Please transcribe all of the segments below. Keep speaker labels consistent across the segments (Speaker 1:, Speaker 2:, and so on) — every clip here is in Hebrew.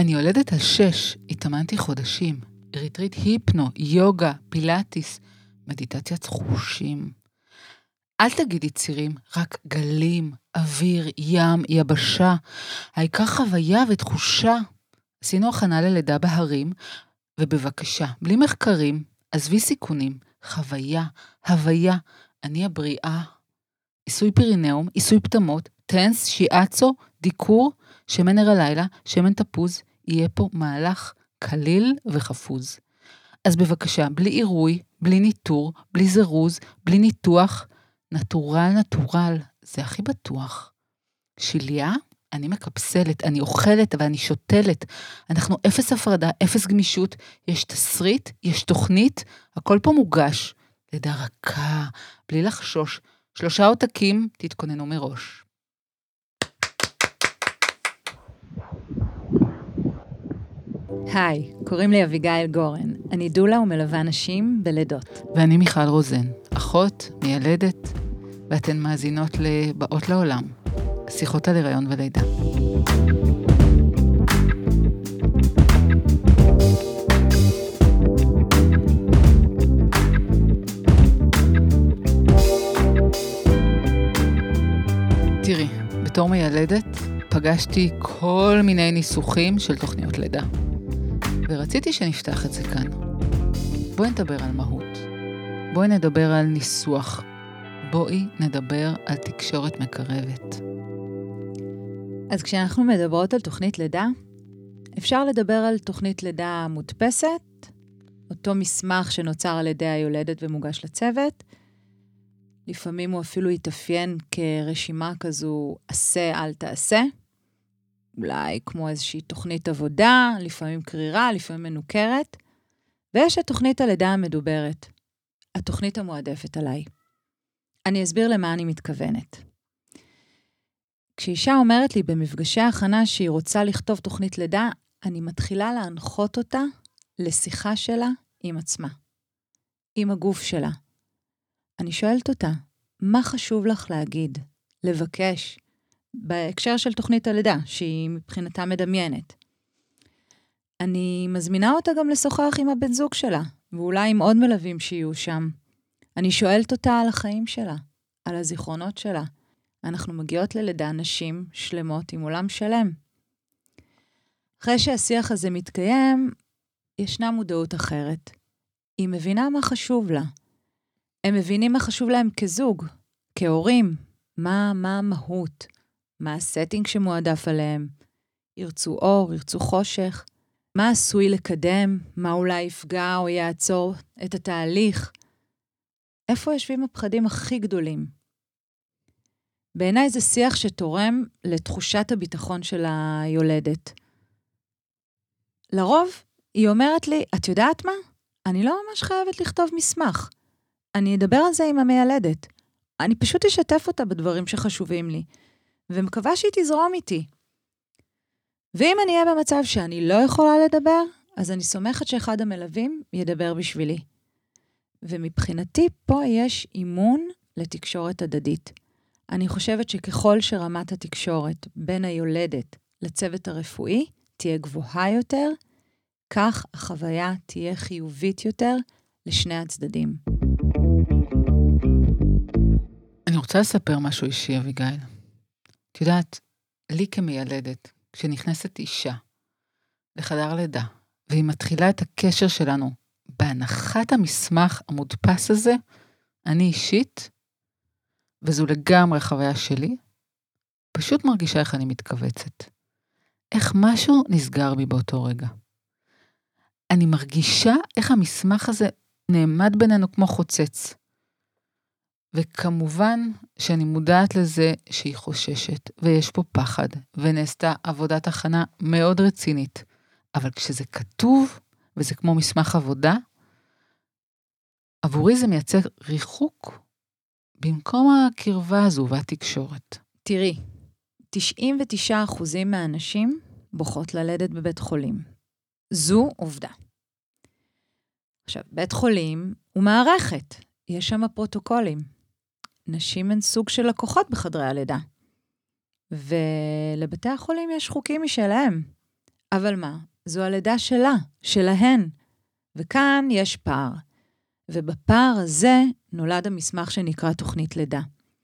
Speaker 1: אני יולדת על 6, התאמנתי חודשים, ריטריט היפנו, יוגה, פילאטיס, מדיטציית חושים. אל תגידי צירים, רק גלים, אוויר, ים, יבשה, העיקר חוויה ותחושה. עשינו הכנה ללידה בהרים, ובבקשה, בלי מחקרים, עזבי סיכונים, חוויה, הוויה, אני הבריאה. עיסוי פירינאום, עיסוי פטמות, טנס, שיאצו, דיקור, שמן נר הלילה, שמן תפוז, יהיה פה מהלך קליל וחפוז. אז בבקשה, בלי עירוי, בלי ניטור, בלי זרוז, בלי ניתוח, נטורל, זה הכי בטוח. שיליה, אני מקפסלת, אני אוכלת ואני שותלת. אנחנו אפס הפרדה, אפס גמישות, יש תסריט, יש תוכנית, הכל פה מוגש. לידה רכה, בלי לחשוש. 3 עותקים, תתכוננו מראש.
Speaker 2: היי, קוראים לי אביגיל גורן. אני דולה ומלווה נשים בלידות.
Speaker 1: ואני מיכל רוזן, אחות, מיילדת, ואתן מאזינות לבאות לעולם. שיחות על הריון ולידה. תראי, בתור מיילדת פגשתי כל מיני ניסוחים של תוכניות לידה. ורציתי שנפתח את זה כאן. בואי נדבר על מהות. בואי נדבר על ניסוח. בואי נדבר על תקשורת מקרבת.
Speaker 2: אז כשאנחנו מדברות על תוכנית לידה, אפשר לדבר על תוכנית לידה מודפסת, אותו מסמך שנוצר על ידי היולדת ומוגש לצוות. לפעמים הוא אפילו יתאפיין כרשימה כזו עשה אל תעשה. אולי כמו איזושהי תוכנית עבודה, לפעמים קרירה, לפעמים מנוכרת. ויש את תוכנית הלידה המדוברת, התוכנית המועדפת עליי. אני אסביר למה אני מתכוונת. כשאישה אומרת לי במפגשי ההכנה שהיא רוצה לכתוב תוכנית לידה, אני מתחילה להנחות אותה לשיחה שלה עם עצמה, עם הגוף שלה. אני שואלת אותה, מה חשוב לך להגיד, לבקש, בהקשר של תוכנית הלידה, שהיא מבחינתה מדמיינת. אני מזמינה אותה גם לשוחח עם הבן זוג שלה, ואולי עם עוד מלווים שיהיו שם. אני שואלת אותה על החיים שלה, על הזיכרונות שלה. אנחנו מגיעות ללידה נשים שלמות עם עולם שלם. אחרי שהשיח הזה מתקיים, ישנה מודעות אחרת. היא מבינה מה חשוב לה. הם מבינים מה חשוב להם כזוג, כהורים, מה המהות, מה הסטינג שמועדף עליהם, ירצו אור, ירצו חושך, מה עשוי לקדם, מה אולי יפגע או יעצור את התהליך, איפה יושבים הפחדים הכי גדולים. בעיניי זה שיח שתורם לתחושת הביטחון של היולדת. לרוב היא אומרת לי, את יודעת מה? אני לא ממש חייבת לכתוב מסמך. אני אדבר על זה עם המיילדת. אני פשוט אשתף אותה בדברים שחשובים לי, ומקווה שהיא תזרום איתי. ואם אני אהיה במצב שאני לא יכולה לדבר, אז אני סומכת שאחד המלווים ידבר בשבילי. ומבחינתי פה יש אימון לתקשורת הדדית. אני חושבת שככל שרמת התקשורת בין היולדת לצוות הרפואי תהיה גבוהה יותר, כך החוויה תהיה חיובית יותר לשני הצדדים.
Speaker 1: אני רוצה לספר משהו אישי, אביגיל. את יודעת, לי כמיילדת, כשנכנסת אישה לחדר לידה, והיא מתחילה את הקשר שלנו בהנחת המסמך המודפס הזה, אני אישית, וזו לגמרי חוויה שלי, פשוט מרגישה איך אני מתכווצת. איך משהו נסגר בי באותו רגע. אני מרגישה איך המסמך הזה נעמד בינינו כמו חוצץ. וכמובן שאני מודעת לזה שהיא חוששת, ויש פה פחד, ונעשתה עבודת הכנה מאוד רצינית. אבל כשזה כתוב, וזה כמו מסמך עבודה, עבורי זה מייצר ריחוק, במקום הקרבה הזו והתקשורת.
Speaker 2: תראי, 99% מהאנשים בוחרות ללדת בבית חולים. זו עובדה. עכשיו, בית חולים הוא מערכת. יש שם פרוטוקולים. נשים הן סוג של לקוחות בחדרי הלידה. ולבתי החולים יש חוקים משלהם. אבל מה? זו הלידה שלה, שלהן. וכאן יש פער. ובפער הזה נולד המסמך שנקרא תוכנית לידה.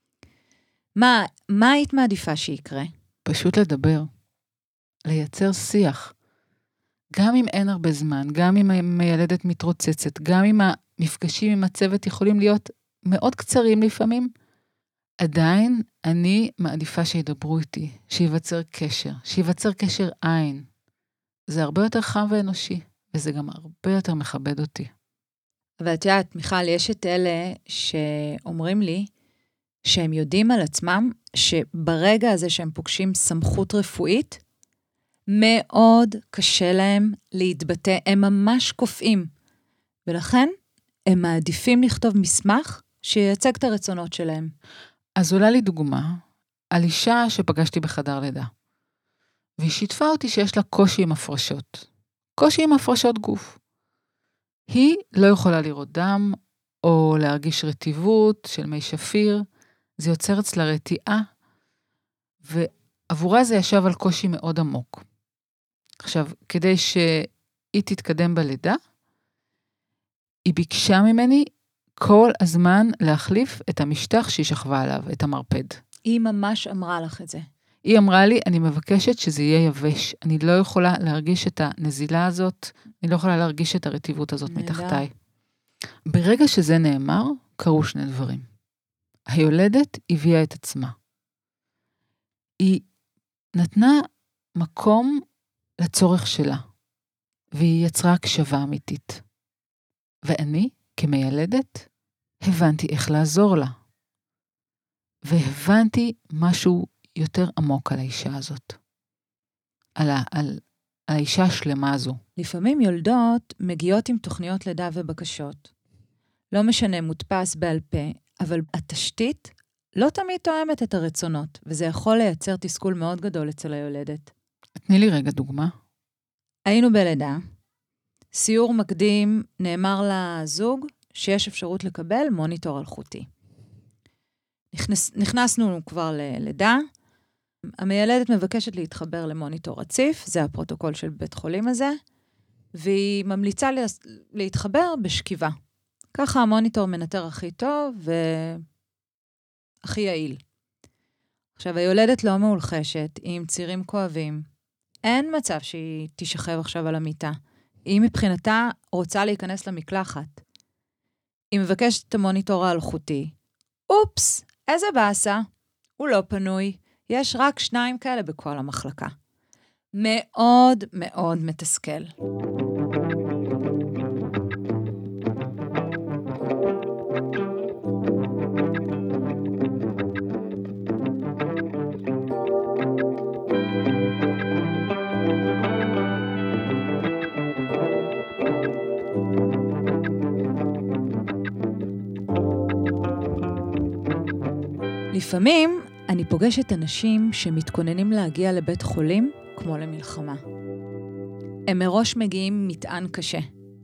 Speaker 2: מה היית מעדיפה שיקרה?
Speaker 1: פשוט לדבר. לייצר שיח. גם אם אין הרבה זמן, גם אם המיילדת מתרוצצת, גם אם המפגשים עם הצוות יכולים להיות מאוד קצרים לפעמים, עדיין אני מעדיפה שידברו איתי, שיווצר קשר עין. זה הרבה יותר חם ואנושי, וזה גם הרבה יותר מכבד אותי.
Speaker 2: אבל את יודעת, מיכל, יש את אלה שאומרים לי שהם יודעים על עצמם שברגע הזה שהם פוגשים סמכות רפואית, מאוד קשה להם להתבטא, הם ממש קופאים. ולכן הם מעדיפים לכתוב מסמך שייצג את הרצונות שלהם.
Speaker 1: אז עולה לי דוגמה על אישה שפגשתי בחדר לידה. והיא שיתפה אותי שיש לה קושי עם הפרשות. קושי עם הפרשות גוף. היא לא יכולה לראות דם או להרגיש רטיבות של מי שפיר. זה יוצר אצלה רתיעה. ועבורה זה ישב על קושי מאוד עמוק. עכשיו, כדי שהיא תתקדם בלידה, היא ביקשה ממני כל הזמן להחליף את המשטח שהיא שכבה עליו, את המרפד.
Speaker 2: היא ממש אמרה לך את זה.
Speaker 1: היא אמרה לי, אני מבקשת שזה יהיה יבש. אני לא יכולה להרגיש את הנזילה הזאת, אני לא יכולה להרגיש את הרטיבות הזאת מתחתיי. ברגע שזה נאמר, קרו שני דברים. היולדת הביאה את עצמה. היא נתנה מקום לצורך שלה, והיא יצרה הקשבה אמיתית. ואני, כמיילדת, הבנתי איך לעזור לה. והבנתי משהו יותר עמוק על האישה הזאת. על האישה השלמה הזו.
Speaker 2: לפעמים יולדות מגיעות עם תוכניות לידה ובקשות. לא משנה, מודפס בעל פה, אבל התשתית לא תמיד תואמת את הרצונות, וזה יכול לייצר תסכול מאוד גדול אצל היולדת.
Speaker 1: תני לי רגע דוגמה.
Speaker 2: היינו בלידה, סיור מקדים נאמר לזוג שיש אפשרות לקבל מוניטור אלחוטי. נכנסנו כבר ללידה, המיילדת מבקשת להתחבר למוניטור רציף, זה הפרוטוקול של בית חולים הזה, והיא ממליצה להתחבר בשכיבה. ככה המוניטור מנטר הכי טוב והכי יעיל. עכשיו, היולדת לא מאולחשת, היא עם צירים כואבים. אין מצב שהיא תשכב עכשיו על המיטה. היא מבחינתה רוצה להיכנס למקלחת. היא מבקשת את המוניטור האלחוטי. אופס, איזה באסה. הוא לא פנוי. יש רק 2 כאלה בכל המחלקה. מאוד מאוד מתסכל. לפעמים אני פוגשת אנשים שמתכוננים להגיע לבית חולים כמו למלחמה. הם מראש מגיעים עם מטען קשה,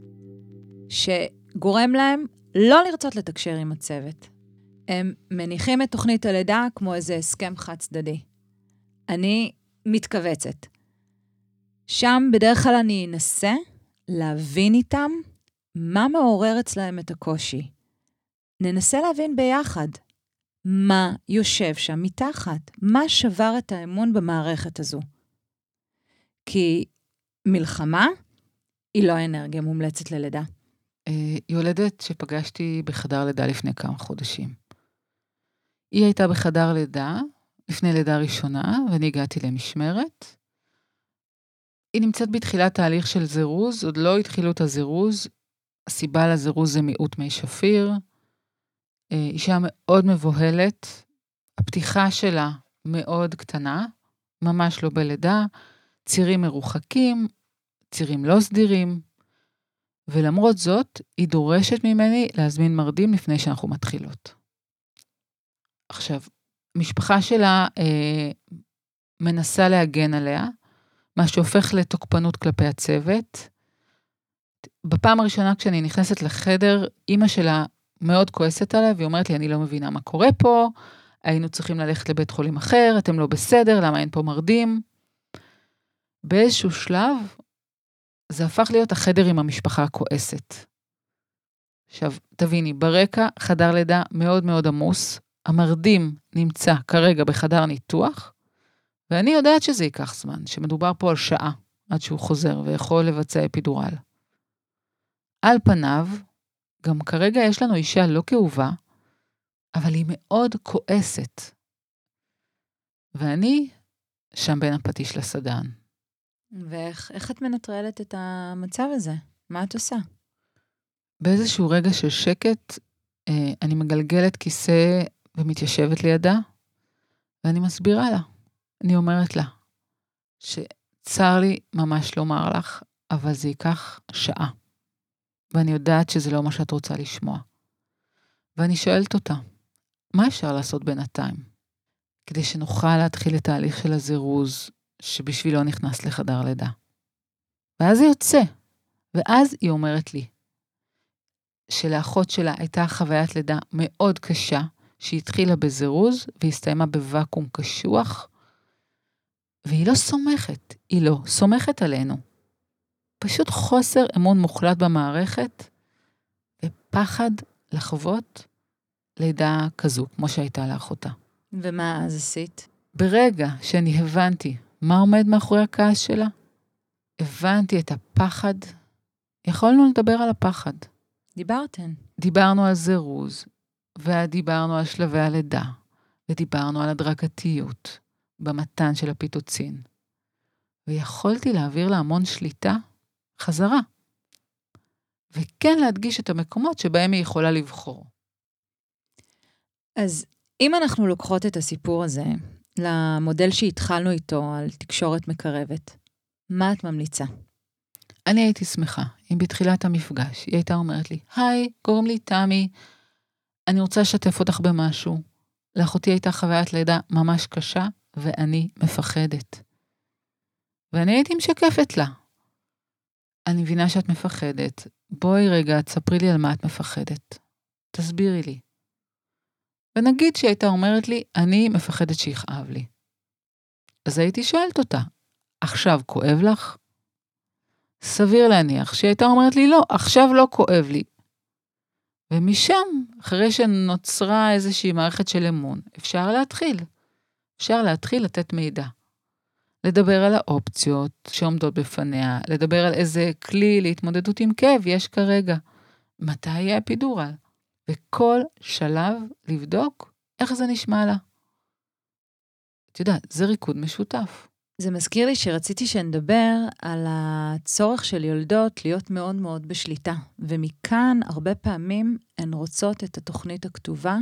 Speaker 2: שגורם להם לא לרצות לתקשר עם הצוות. הם מניחים את תוכנית הלידה כמו איזה הסכם חד צדדי. אני מתכווצת. שם בדרך כלל אני אנסה להבין איתם מה מעורר אצלהם את הקושי. ננסה להבין ביחד. מה יושב שם מתחת? מה שבר את האמון במערכת הזו? כי מלחמה היא לא אנרגיה מומלצת ללידה.
Speaker 1: יולדת שפגשתי בחדר לידה לפני כמה חודשים. היא הייתה בחדר לידה, לפני לידה ראשונה, ואני הגעתי למשמרת. היא נמצאת בתחילת תהליך של זירוז, עוד לא התחילו את הזירוז. הסיבה לזירוז זה מיעוט מי שפיר. אישה מאוד מבוהלת, הפתיחה שלה מאוד קטנה, ממש לא בלידה, צירים מרוחקים, צירים לא סדירים, ולמרות זאת, היא דורשת ממני להזמין מרדים לפני שאנחנו מתחילות. עכשיו, המשפחה שלה מנסה להגן עליה, מה שהופך לתוקפנות כלפי הצוות. בפעם הראשונה כשאני נכנסת לחדר, אמא שלה מאוד כועסת עליה, והיא אומרת לי, אני לא מבינה מה קורה פה, היינו צריכים ללכת לבית חולים אחר, אתם לא בסדר, למה אין פה מרדים? באיזשהו שלב, זה הפך להיות החדר עם המשפחה הכועסת. עכשיו, תביני, ברקע חדר לידה מאוד מאוד עמוס, המרדים נמצא כרגע בחדר ניתוח, ואני יודעת שזה ייקח זמן, שמדובר פה על שעה, עד שהוא חוזר ויכול לבצע אפידורל. על פניו, גם כרגע יש לנו אישה לא כאובה, אבל היא מאוד כועסת. ואני שם בין הפטיש לסדן.
Speaker 2: ואיך את מנטרלת את המצב הזה? מה את עושה?
Speaker 1: באיזשהו רגע של שקט, אני מגלגלת כיסא ומתיישבת לידה, ואני מסבירה לה. אני אומרת לה, שצר לי ממש לומר לך, אבל זה ייקח שעה. ואני יודעת שזה לא מה שאת רוצה לשמוע. ואני שואלת אותה, מה אפשר לעשות בינתיים? כדי שנוכל להתחיל את ההליך של הזירוז, שבשבילו נכנס לחדר לידה. ואז זה יוצא. ואז היא אומרת לי, שלאחות שלה הייתה חוויית לידה מאוד קשה, שהיא התחילה בזירוז, והסתיימה בוואקום קשוח, והיא לא סומכת, היא לא סומכת עלינו. פשוט חוסר אמון מוחלט במערכת, ופחד לחוות לידה כזו, כמו שהייתה לאחותה.
Speaker 2: ומה אז עשית?
Speaker 1: ברגע שאני הבנתי מה עומד מאחורי הכעס שלה, הבנתי את הפחד, יכולנו לדבר על הפחד.
Speaker 2: דיברתן.
Speaker 1: דיברנו על זירוז, ודיברנו על שלבי הלידה, ודיברנו על הדרגתיות במתן של הפיטוצין. ויכולתי להעביר לה המון שליטה חזרה. וכן להדגיש את המקומות שבהם היא יכולה לבחור.
Speaker 2: אז אם אנחנו לוקחות את הסיפור הזה למודל שהתחלנו איתו על תקשורת מקרבת, מה את ממליצה?
Speaker 1: אני הייתי שמחה אם בתחילת המפגש היא הייתה אומרת לי, היי, קוראים לי תמי, אני רוצה לשתף אותך במשהו. לאחותי הייתה חוויית לידה ממש קשה, ואני מפחדת. ואני הייתי משקפת לה. אני מבינה שאת מפחדת. בואי רגע, תספרי לי על מה את מפחדת. תסבירי לי. ונגיד שהייתה אומרת לי, אני מפחדת שיכאב לי. אז הייתי שואלת אותה, עכשיו כואב לך? סביר להניח שהייתה אומרת לי, לא, עכשיו לא כואב לי. ומשם, אחרי שנוצרה איזושהי מערכת של אמון, אפשר להתחיל לתת מידע. לדבר על האופציות שעומדות בפניה, לדבר על איזה כלי להתמודדות עם כאב יש כרגע. מתי יהיה אפידורל? וכל שלב לבדוק איך זה נשמע לה. את יודעת, זה ריקוד משותף.
Speaker 2: זה מזכיר לי שרציתי שנדבר על הצורך של יולדות להיות מאוד מאוד בשליטה, ומכאן הרבה פעמים הן רוצות את התוכנית הכתובה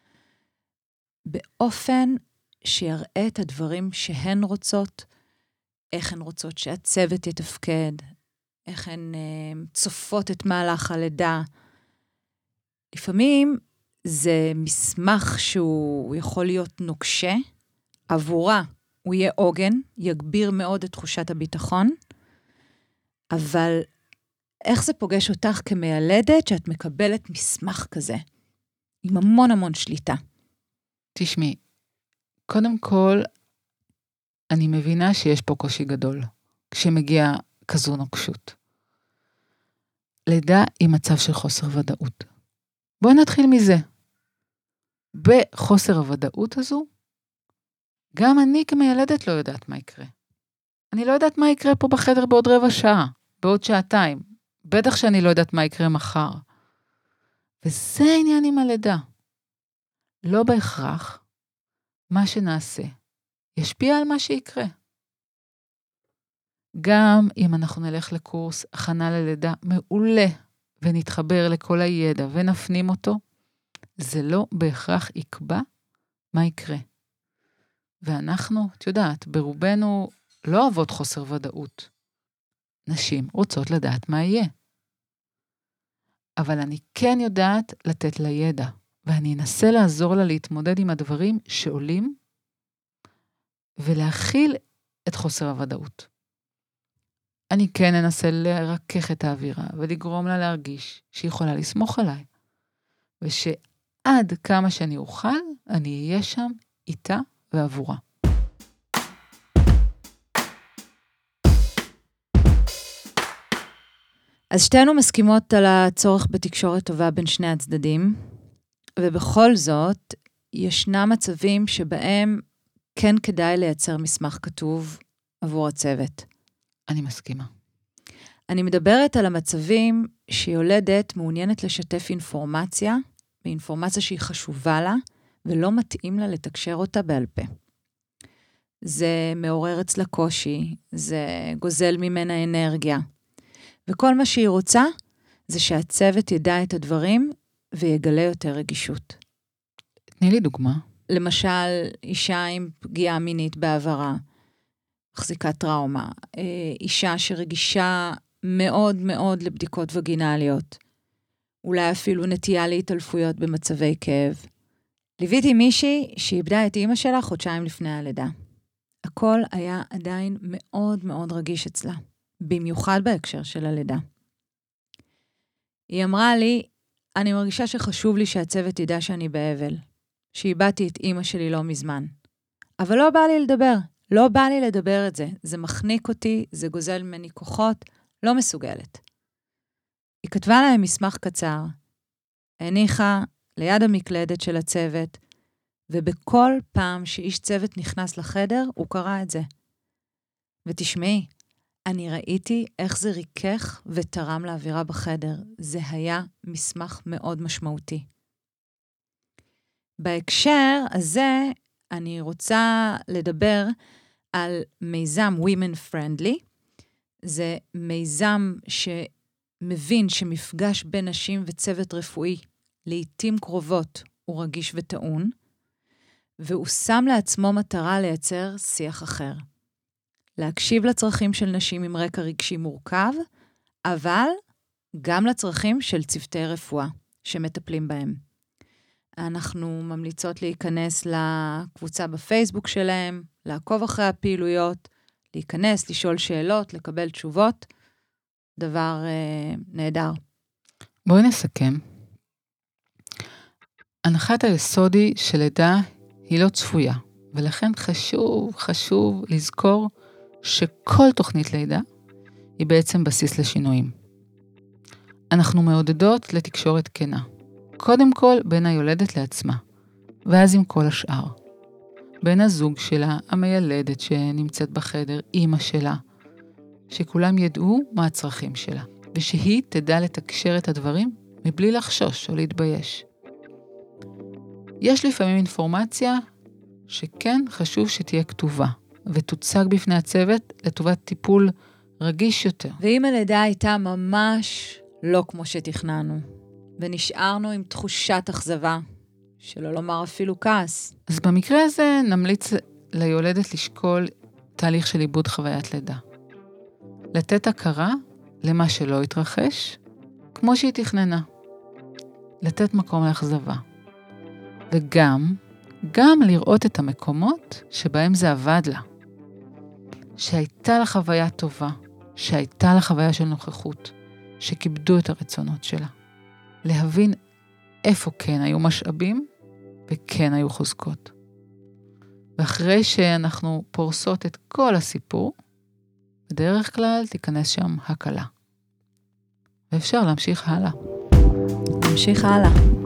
Speaker 2: באופן שיראה את הדברים שהן רוצות, איך הן רוצות שהצוות יתפקד, איך הן צופות את מהלך הלידה. לפעמים זה מסמך שהוא יכול להיות נוקשה, עבורה הוא יהיה עוגן, יגביר מאוד את תחושת הביטחון, אבל איך זה פוגש אותך כמיילדת שאת מקבלת מסמך כזה, עם המון המון שליטה?
Speaker 1: תשמעי, קודם כל, אני מבינה שיש פה קושי גדול, כשמגיע כזו נוקשות. לידה היא מצב של חוסר ודאות. בואי נתחיל מזה. בחוסר הוודאות הזו, גם אני כמיילדת לא יודעת מה יקרה. אני לא יודעת מה יקרה פה בחדר בעוד רבע שעה, בעוד שעתיים. בטח שאני לא יודעת מה יקרה מחר. וזה העניין עם הלידה. לא בהכרח מה שנעשה ישפיע על מה שיקרה. גם אם אנחנו נלך לקורס הכנה ללידה מעולה, ונתחבר לכל הידע ונפנים אותו, זה לא בהכרח יקבע מה יקרה. ואנחנו, את יודעת, ברובנו לא אוהבות חוסר ודאות. נשים רוצות לדעת מה יהיה. אבל אני כן יודעת לתת לה ידע, ואני אנסה לעזור לה להתמודד עם הדברים שעולים, ולהכיל את חוסר הוודאות. אני כן אנסה לרכך את האווירה, ולגרום לה להרגיש שהיא יכולה לסמוך עליי. ושעד כמה שאני אוכל, אני אהיה שם איתה ועבורה.
Speaker 2: אז שתינו מסכימות על הצורך בתקשורת טובה בין שני הצדדים, ובכל זאת, ישנם מצבים שבהם כן כדאי לייצר מסמך כתוב עבור הצוות.
Speaker 1: אני מסכימה.
Speaker 2: אני מדברת על המצבים שיולדת מעוניינת לשתף אינפורמציה, ואינפורמציה שהיא חשובה לה, ולא מתאים לה לתקשר אותה בעל פה. זה מעורר אצלה קושי, זה גוזל ממנה אנרגיה, וכל מה שהיא רוצה זה שהצוות ידע את הדברים ויגלה יותר רגישות.
Speaker 1: תני לי דוגמה.
Speaker 2: למשל, אישה עם פגיעה מינית בעברה, מחזיקת טראומה, אישה שרגישה מאוד מאוד לבדיקות וגינליות, אולי אפילו נטייה להתעלפויות במצבי כאב. ליוויתי מישהי שאיבדה את אמא שלה חודשיים לפני הלידה. הכל היה עדיין מאוד מאוד רגיש אצלה, במיוחד בהקשר של הלידה. היא אמרה לי, אני מרגישה שחשוב לי שהצוות ידע שאני באבל, שאיבדתי את אמא שלי לא מזמן. אבל לא בא לי לדבר, לא בא לי לדבר את זה. זה מחניק אותי, זה גוזל ממני כוחות, לא מסוגלת. היא כתבה להם מסמך קצר, הניחה ליד המקלדת של הצוות, ובכל פעם שאיש צוות נכנס לחדר, הוא קרא את זה. ותשמעי, אני ראיתי איך זה ריכך ותרם לאווירה בחדר. זה היה מסמך מאוד משמעותי. בהקשר הזה, אני רוצה לדבר על מיזם Women Friendly. זה מיזם שמבין שמפגש בין נשים וצוות רפואי לעתים קרובות הוא רגיש וטעון, והוא שם לעצמו מטרה לייצר שיח אחר. להקשיב לצרכים של נשים עם רקע רגשי מורכב, אבל גם לצרכים של צוותי רפואה שמטפלים בהם. אנחנו ממליצות להיכנס לקבוצה בפייסבוק שלהם, לעקוב אחרי הפעילויות, להיכנס, לשאול שאלות, לקבל תשובות. דבר נהדר.
Speaker 1: בואי נסכם. הנחת היסוד היא שלידה היא לא צפויה, ולכן חשוב לזכור שכל תוכנית לידה היא בעצם בסיס לשינויים. אנחנו מעודדות לתקשורת כנה. קודם כל בין היולדת לעצמה, ואז עם כל השאר. בין הזוג שלה, המיילדת שנמצאת בחדר, אמא שלה, שכולם ידעו מה הצרכים שלה, ושהיא תדע לתקשר את הדברים מבלי לחשוש או להתבייש. יש לפעמים אינפורמציה שכן חשוב שתהיה כתובה, ותוצג בפני הצוות לטובת טיפול רגיש יותר.
Speaker 2: ואם הלידה הייתה ממש לא כמו שתכננו, ונשארנו עם תחושת אכזבה, שלא לומר אפילו כעס.
Speaker 1: אז במקרה הזה נמליץ ליולדת לשקול תהליך של עיבוד חוויית לידה. לתת הכרה למה שלא התרחש, כמו שהיא תכננה. לתת מקום לאכזבה. וגם לראות את המקומות שבהם זה עבד לה. שהייתה לה חוויה טובה, שהייתה לה חוויה של נוכחות, שכיבדו את הרצונות שלה. להבין איפה כן היו משאבים וכן היו חוזקות. ואחרי שאנחנו פורסות את כל הסיפור, בדרך כלל תיכנס שם הקלה. ואפשר להמשיך הלאה.
Speaker 2: נמשיך הלאה.